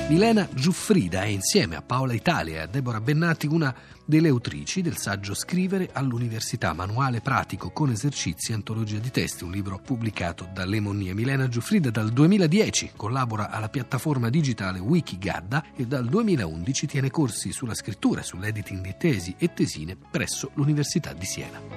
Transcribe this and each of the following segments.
Milena Giuffrida è, insieme a Paola Italia e a Deborah Bennati, una delle autrici del saggio Scrivere all'università, manuale pratico con esercizi, antologia di testi, un libro pubblicato da Lemonnia. Milena Giuffrida dal 2010 collabora alla piattaforma digitale Wikigadda e dal 2011 tiene corsi sulla scrittura e sull'editing di tesi e tesine presso l'Università di Siena.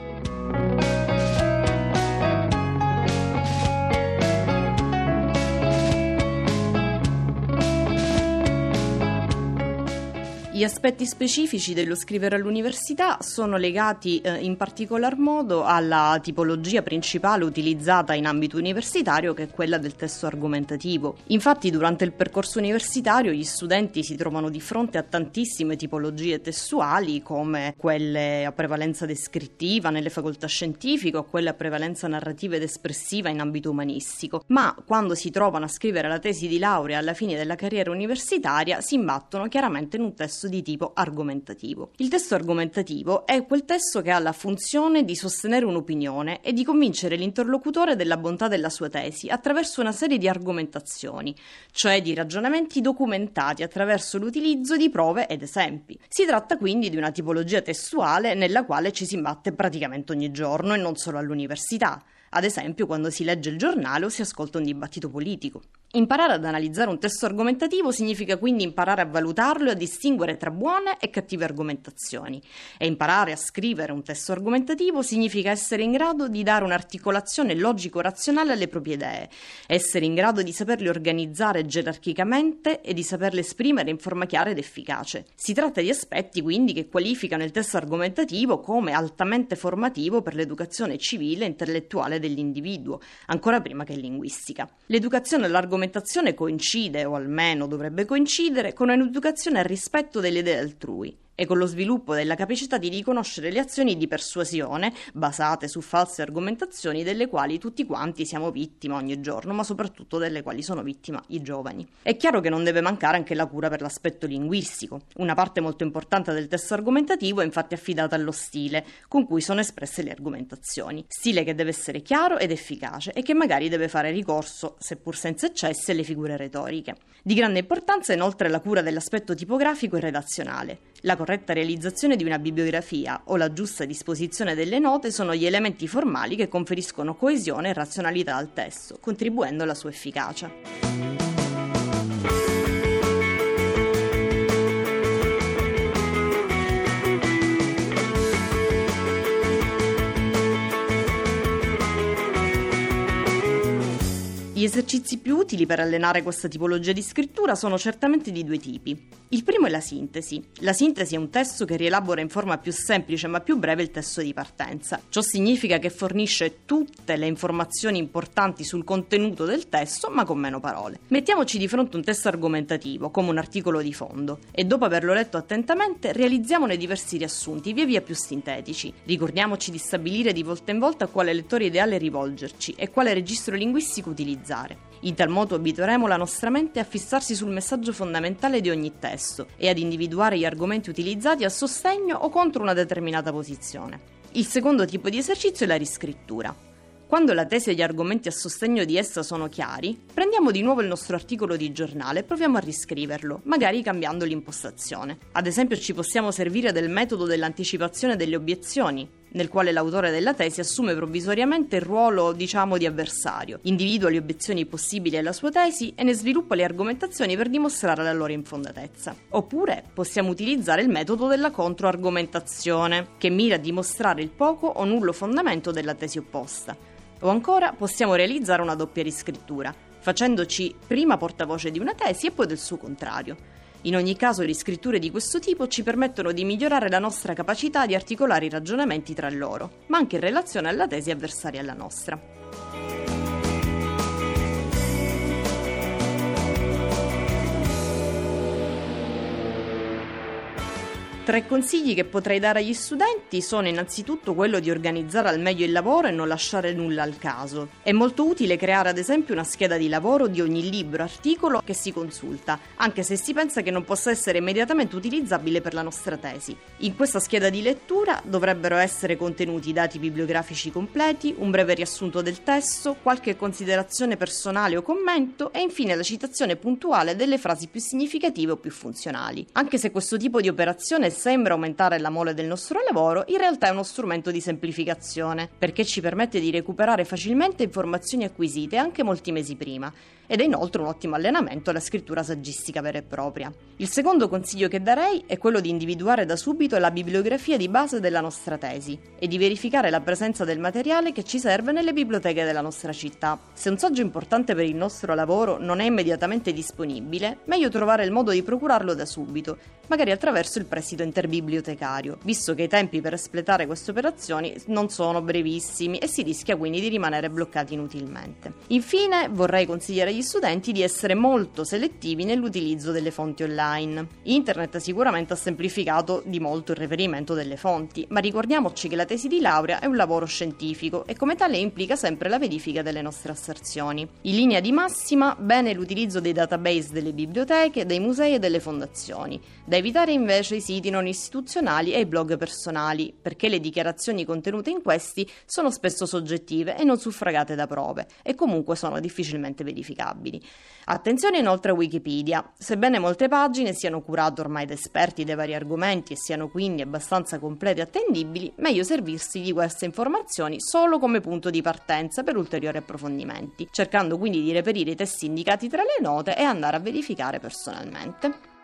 Gli aspetti specifici dello scrivere all'università sono legati in particolar modo alla tipologia principale utilizzata in ambito universitario, che è quella del testo argomentativo. Infatti, durante il percorso universitario gli studenti si trovano di fronte a tantissime tipologie testuali, come quelle a prevalenza descrittiva nelle facoltà scientifiche o quelle a prevalenza narrativa ed espressiva in ambito umanistico. Ma quando si trovano a scrivere la tesi di laurea alla fine della carriera universitaria si imbattono chiaramente in un testo di tipo argomentativo. Il testo argomentativo è quel testo che ha la funzione di sostenere un'opinione e di convincere l'interlocutore della bontà della sua tesi attraverso una serie di argomentazioni, cioè di ragionamenti documentati attraverso l'utilizzo di prove ed esempi. Si tratta quindi di una tipologia testuale nella quale ci si imbatte praticamente ogni giorno e non solo all'università. Ad esempio, quando si legge il giornale o si ascolta un dibattito politico. Imparare ad analizzare un testo argomentativo significa quindi imparare a valutarlo e a distinguere tra buone e cattive argomentazioni. E imparare a scrivere un testo argomentativo significa essere in grado di dare un'articolazione logico-razionale alle proprie idee, essere in grado di saperle organizzare gerarchicamente e di saperle esprimere in forma chiara ed efficace. Si tratta di aspetti quindi che qualificano il testo argomentativo come altamente formativo per l'educazione civile e intellettuale dell'individuo, ancora prima che linguistica. L'educazione all'argomentazione coincide, o almeno dovrebbe coincidere, con un'educazione al rispetto delle idee altrui e con lo sviluppo della capacità di riconoscere le azioni di persuasione basate su false argomentazioni delle quali tutti quanti siamo vittima ogni giorno, ma soprattutto delle quali sono vittima i giovani. È chiaro che non deve mancare anche la cura per l'aspetto linguistico. Una parte molto importante del testo argomentativo è infatti affidata allo stile con cui sono espresse le argomentazioni. Stile che deve essere chiaro ed efficace e che magari deve fare ricorso, seppur senza eccessi, alle figure retoriche. Di grande importanza inoltre la cura dell'aspetto tipografico e redazionale. La corretta realizzazione di una bibliografia o la giusta disposizione delle note sono gli elementi formali che conferiscono coesione e razionalità al testo, contribuendo alla sua efficacia. Gli esercizi più utili per allenare questa tipologia di scrittura sono certamente di due tipi. Il primo è la sintesi. La sintesi è un testo che rielabora in forma più semplice ma più breve il testo di partenza. Ciò significa che fornisce tutte le informazioni importanti sul contenuto del testo ma con meno parole. Mettiamoci di fronte un testo argomentativo, come un articolo di fondo, e dopo averlo letto attentamente realizziamone diversi riassunti, via via più sintetici. Ricordiamoci di stabilire di volta in volta a quale lettore ideale rivolgerci e quale registro linguistico utilizzare. In tal modo abitueremo la nostra mente a fissarsi sul messaggio fondamentale di ogni testo e ad individuare gli argomenti utilizzati a sostegno o contro una determinata posizione. Il secondo tipo di esercizio è la riscrittura. Quando la tesi e gli argomenti a sostegno di essa sono chiari, prendiamo di nuovo il nostro articolo di giornale e proviamo a riscriverlo, magari cambiando l'impostazione. Ad esempio ci possiamo servire del metodo dell'anticipazione delle obiezioni, nel quale l'autore della tesi assume provvisoriamente il ruolo, di avversario, individua le obiezioni possibili alla sua tesi e ne sviluppa le argomentazioni per dimostrare la loro infondatezza. Oppure possiamo utilizzare il metodo della controargomentazione, che mira a dimostrare il poco o nullo fondamento della tesi opposta. O ancora possiamo realizzare una doppia riscrittura, facendoci prima portavoce di una tesi e poi del suo contrario. In ogni caso, le scritture di questo tipo ci permettono di migliorare la nostra capacità di articolare i ragionamenti tra loro, ma anche in relazione alla tesi avversaria alla nostra. 3 consigli che potrei dare agli studenti sono innanzitutto quello di organizzare al meglio il lavoro e non lasciare nulla al caso. È molto utile creare ad esempio una scheda di lavoro di ogni libro, articolo che si consulta, anche se si pensa che non possa essere immediatamente utilizzabile per la nostra tesi. In questa scheda di lettura dovrebbero essere contenuti i dati bibliografici completi, un breve riassunto del testo, qualche considerazione personale o commento e infine la citazione puntuale delle frasi più significative o più funzionali. Anche se questo tipo di operazione sembra aumentare la mole del nostro lavoro, in realtà è uno strumento di semplificazione, perché ci permette di recuperare facilmente informazioni acquisite anche molti mesi prima, ed è inoltre un ottimo allenamento alla scrittura saggistica vera e propria. Il secondo consiglio che darei è quello di individuare da subito la bibliografia di base della nostra tesi e di verificare la presenza del materiale che ci serve nelle biblioteche della nostra città. Se un saggio importante per il nostro lavoro non è immediatamente disponibile, meglio trovare il modo di procurarlo da subito, magari attraverso il prestito interbibliotecario, visto che i tempi per espletare queste operazioni non sono brevissimi e si rischia quindi di rimanere bloccati inutilmente. Infine, vorrei consigliare agli studenti di essere molto selettivi nell'utilizzo delle fonti online. Internet sicuramente ha semplificato di molto il reperimento delle fonti, ma ricordiamoci che la tesi di laurea è un lavoro scientifico e come tale implica sempre la verifica delle nostre asserzioni. In linea di massima, bene l'utilizzo dei database delle biblioteche, dei musei e delle fondazioni, da evitare invece i siti non istituzionali e i blog personali, perché le dichiarazioni contenute in questi sono spesso soggettive e non suffragate da prove, e comunque sono difficilmente verificabili. Attenzione inoltre a Wikipedia. Sebbene molte pagine siano curate ormai da esperti dei vari argomenti e siano quindi abbastanza complete e attendibili, meglio servirsi di queste informazioni solo come punto di partenza per ulteriori approfondimenti, cercando quindi di reperire i testi indicati tra le note e andare a verificare personalmente.